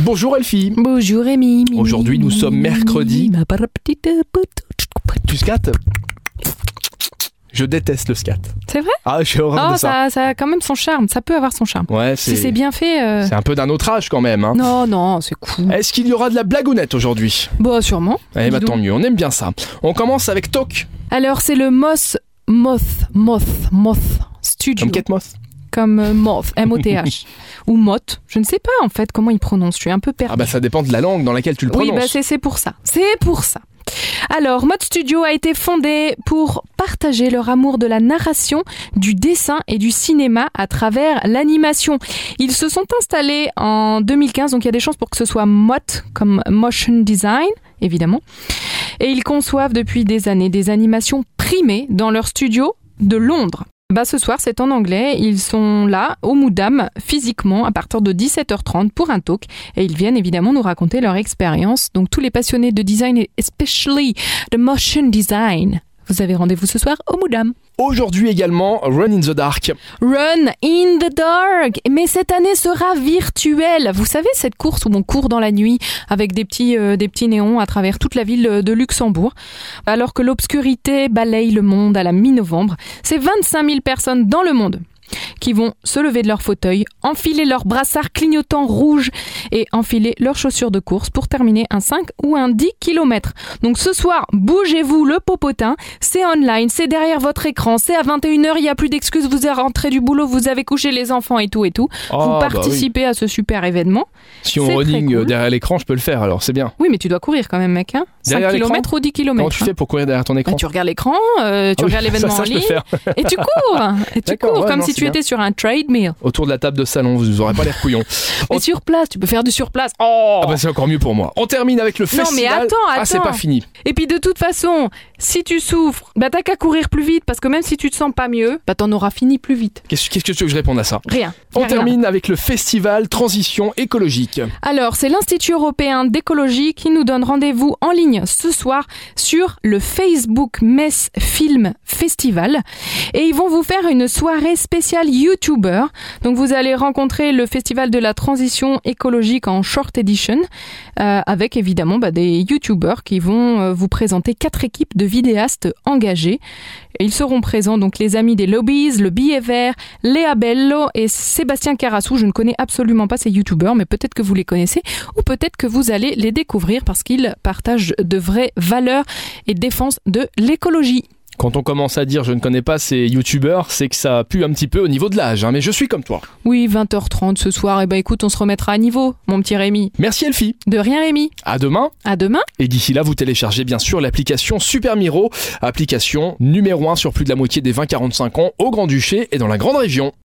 Bonjour Elfie. Bonjour Rémi. Aujourd'hui nous sommes mercredi. Tu scattes ? Je déteste le scat. C'est vrai ? Ah, j'ai horreur de ça. Ça a quand même son charme. Ça peut avoir son charme. Ouais, Si c'est bien fait. C'est un peu d'un autre âge quand même. Hein. Non, c'est cool. Est-ce qu'il y aura de la blagounette aujourd'hui ? Bon, sûrement. Eh bah tant mieux, on aime bien ça. On commence avec Talk. Alors, c'est le Moth Studio. Comme Kate Moth. Comme Moth, M-O-T-H. Ou Moth. Je ne sais pas en fait comment il prononce. Je suis un peu perdue. Ah bah ça dépend de la langue dans laquelle tu le Oui, prononces. c'est pour ça. C'est pour ça. Alors, Moth Studio a été fondé pour partager leur amour de la narration, du dessin et du cinéma à travers l'animation. Ils se sont installés en 2015, donc il y a des chances pour que ce soit Moth, comme Motion Design, évidemment. Et ils conçoivent depuis des années des animations primées dans leur studio de Londres. Ce soir, c'est en anglais. Ils sont là, au Moudam, physiquement, à partir de 17h30 pour un talk. Et ils viennent évidemment nous raconter leur expérience. Donc, tous les passionnés de design, et especially de motion design, vous avez rendez-vous ce soir au Moudam. Aujourd'hui également, Run in the Dark. Run in the Dark. Mais cette année sera virtuelle. Vous savez, cette course où on court dans la nuit avec des petits néons à travers toute la ville de Luxembourg, alors que l'obscurité balaye le monde à la mi-novembre. C'est 25 000 personnes dans le monde qui vont se lever de leur fauteuil, enfiler leurs brassards clignotants rouges et enfiler leurs chaussures de course pour terminer un 5 ou un 10 km. Donc ce soir, bougez-vous le popotin, c'est online, c'est derrière votre écran, c'est à 21h, il n'y a plus d'excuses, vous êtes rentré du boulot, vous avez couché les enfants et tout. Vous participez à ce super événement. Si on running cool. Derrière l'écran, je peux le faire, alors c'est bien. Oui, mais tu dois courir quand même, mec. 5 km ou 10 km. Comment tu fais pour courir derrière ton écran ? Tu regardes l'écran, tu regardes l'événement en ligne et tu cours. Comme si tu étais sur un treadmill. Autour de la table de salon, vous n'aurez pas l'air couillon. Mais sur place, tu peux faire du surplace. C'est encore mieux pour moi. On termine avec le festival. Non mais attends. C'est pas fini. Et puis de toute façon, si tu souffres, t'as qu'à courir plus vite parce que même si tu te sens pas mieux, t'en auras fini plus vite. Qu'est-ce que tu veux que je réponde à ça ? Rien. On termine avec le festival Transition écologique. Alors, c'est l'Institut européen d'écologie qui nous donne rendez-vous en ligne ce soir sur le Facebook Metz Film Festival. Et ils vont vous faire une soirée spéciale YouTuber. Donc, vous allez rencontrer le festival de la transition écologique en short edition avec évidemment des YouTubers qui vont vous présenter 4 équipes de vidéastes engagés. Et ils seront présents, donc les amis des Lobbies, le Billet Vert, Léa Bello et Sébastien Carassou. Je ne connais absolument pas ces youtubeurs, mais peut-être que vous les connaissez ou peut-être que vous allez les découvrir parce qu'ils partagent de vraies valeurs et défense de l'écologie. Quand on commence à dire je ne connais pas ces youtubeurs, c'est que ça pue un petit peu au niveau de l'âge, mais je suis comme toi. Oui, 20h30 ce soir, écoute, on se remettra à niveau, mon petit Rémi. Merci Elfie. De rien Rémi. À demain. À demain. Et d'ici là, vous téléchargez bien sûr l'application Super Miro, application numéro 1 sur plus de la moitié des 20-45 ans au Grand-Duché et dans la Grande Région.